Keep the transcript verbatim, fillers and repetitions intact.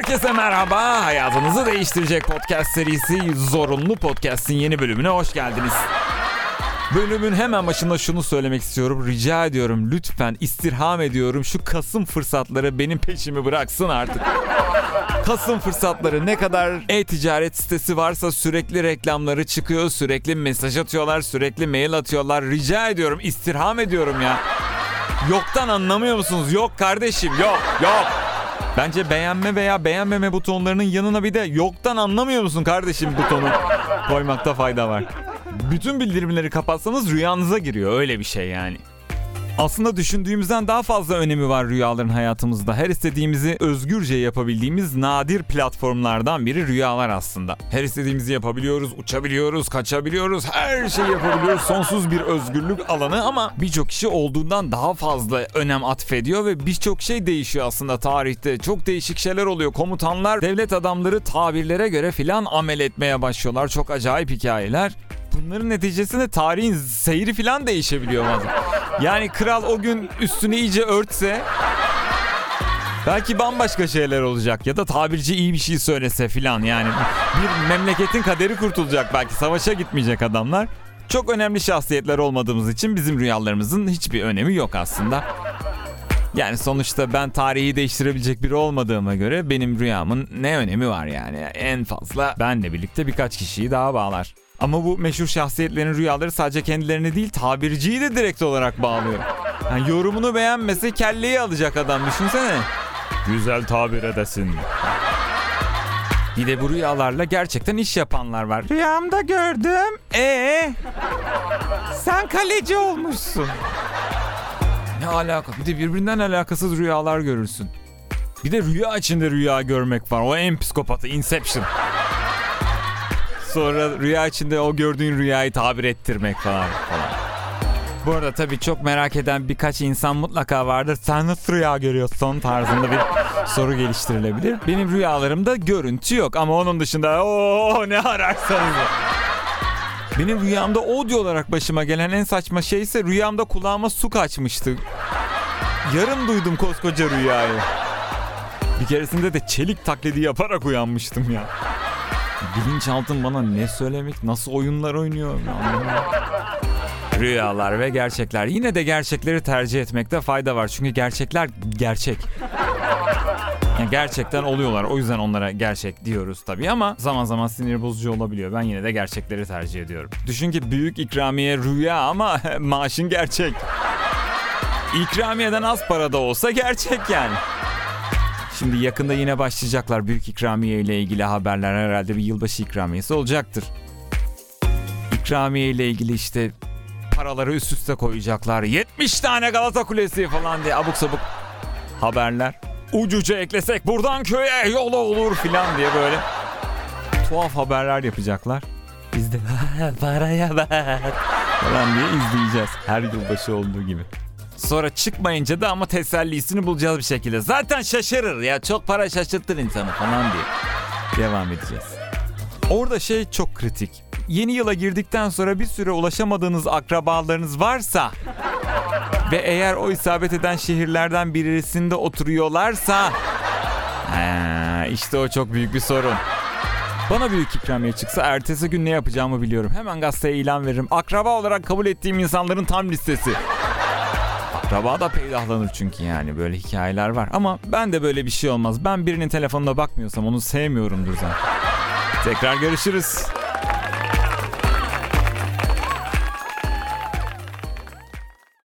Herkese merhaba. Hayatınızı değiştirecek podcast serisi Zorunlu Podcast'in yeni bölümüne hoş geldiniz. Bölümün hemen başında şunu söylemek istiyorum. Rica ediyorum, lütfen istirham ediyorum, şu Kasım fırsatları benim peşimi bıraksın artık. Kasım fırsatları, ne kadar e-ticaret sitesi varsa sürekli reklamları çıkıyor, sürekli mesaj atıyorlar, sürekli mail atıyorlar. Rica ediyorum, istirham ediyorum ya. Yoktan anlamıyor musunuz? Yok kardeşim, yok, yok. Bence beğenme veya beğenmeme butonlarının yanına bir de yoktan anlamıyor musun kardeşim butonu koymakta fayda var. Bütün bildirimleri kapatsanız rüyanıza giriyor, öyle bir şey yani. Aslında düşündüğümüzden daha fazla önemi var rüyaların hayatımızda. Her istediğimizi özgürce yapabildiğimiz nadir platformlardan biri rüyalar aslında. Her istediğimizi yapabiliyoruz, uçabiliyoruz, kaçabiliyoruz, her şeyi yapabiliyoruz. Sonsuz bir özgürlük alanı ama birçok kişi olduğundan daha fazla önem atfediyor ve birçok şey değişiyor aslında tarihte. Çok değişik şeyler oluyor. Komutanlar, devlet adamları tabirlere göre filan amel etmeye başlıyorlar. Çok acayip hikayeler. Bunların neticesinde tarihin seyri filan değişebiliyor bazen. Yani kral o gün üstünü iyice örtse belki bambaşka şeyler olacak ya da tabirci iyi bir şey söylese filan, yani bir memleketin kaderi kurtulacak, belki savaşa gitmeyecek adamlar. Çok önemli şahsiyetler olmadığımız için bizim rüyalarımızın hiçbir önemi yok aslında. Yani sonuçta ben tarihi değiştirebilecek biri olmadığıma göre benim rüyamın ne önemi var yani? En fazla benle birlikte birkaç kişiyi daha bağlar. Ama bu meşhur şahsiyetlerin rüyaları sadece kendilerini değil, tabirciyi de direkt olarak bağlıyor. Yani yorumunu beğenmese kelleyi alacak adam, düşünsene. Güzel tabir edesin. Bir de bu rüyalarla gerçekten iş yapanlar var. Rüyamda gördüm. Ee, sen kaleci olmuşsun. Ne alaka? Bir de birbirinden alakasız rüyalar görürsün. Bir de rüya içinde rüya görmek var. O en psikopatı, Inception. Sonra rüya içinde o gördüğün rüyayı tabir ettirmek falan falan. Bu arada tabii çok merak eden birkaç insan mutlaka vardır. Sen nasıl rüya görüyorsun tarzında bir soru geliştirilebilir. Benim rüyalarımda görüntü yok ama onun dışında ooo ne ararsanız. Benim rüyamda audio olarak başıma gelen en saçma şey ise rüyamda kulağıma su kaçmıştı. Yarım duydum koskoca rüyayı. Bir keresinde de çelik taklidi yaparak uyanmıştım ya. Bilinçaltım bana ne söylemek, nasıl oyunlar oynuyor anlamadım. Rüyalar ve gerçekler. Yine de gerçekleri tercih etmekte fayda var. Çünkü gerçekler gerçek. Yani gerçekten oluyorlar. O yüzden onlara gerçek diyoruz tabii ama zaman zaman sinir bozucu olabiliyor. Ben yine de gerçekleri tercih ediyorum. Düşün ki büyük ikramiye rüya ama maaşın gerçek. İkramiyeden az para da olsa gerçek yani. Şimdi yakında yine başlayacaklar büyük ikramiye ile ilgili haberler, herhalde bir yılbaşı ikramiyesi olacaktır. İkramiye ile ilgili işte paraları üst üste koyacaklar. yetmiş tane Galata Kulesi falan diye abuk sabuk haberler. Ucuca eklesek buradan köye yol olur filan diye böyle tuhaf haberler yapacaklar. Biz de paraya bak falan diye izleyeceğiz. Her yılbaşı olduğu gibi. Sonra çıkmayınca da ama tesellisini bulacağız bir şekilde. Zaten şaşırır ya, çok para şaşırtır insanı falan diye devam edeceğiz. Orada şey çok kritik. Yeni yıla girdikten sonra bir süre ulaşamadığınız akrabalarınız varsa ve eğer o isabet eden şehirlerden birisinde oturuyorlarsa he, işte o çok büyük bir sorun. Bana büyük ikramiye çıksa ertesi gün ne yapacağımı biliyorum. Hemen gazeteye ilan veririm. Akraba olarak kabul ettiğim insanların tam listesi. Akraba da peydahlanır çünkü, yani böyle hikayeler var. Ama ben de böyle bir şey olmaz. Ben birinin telefonuna bakmıyorsam onu sevmiyorumdur zaten. Tekrar görüşürüz.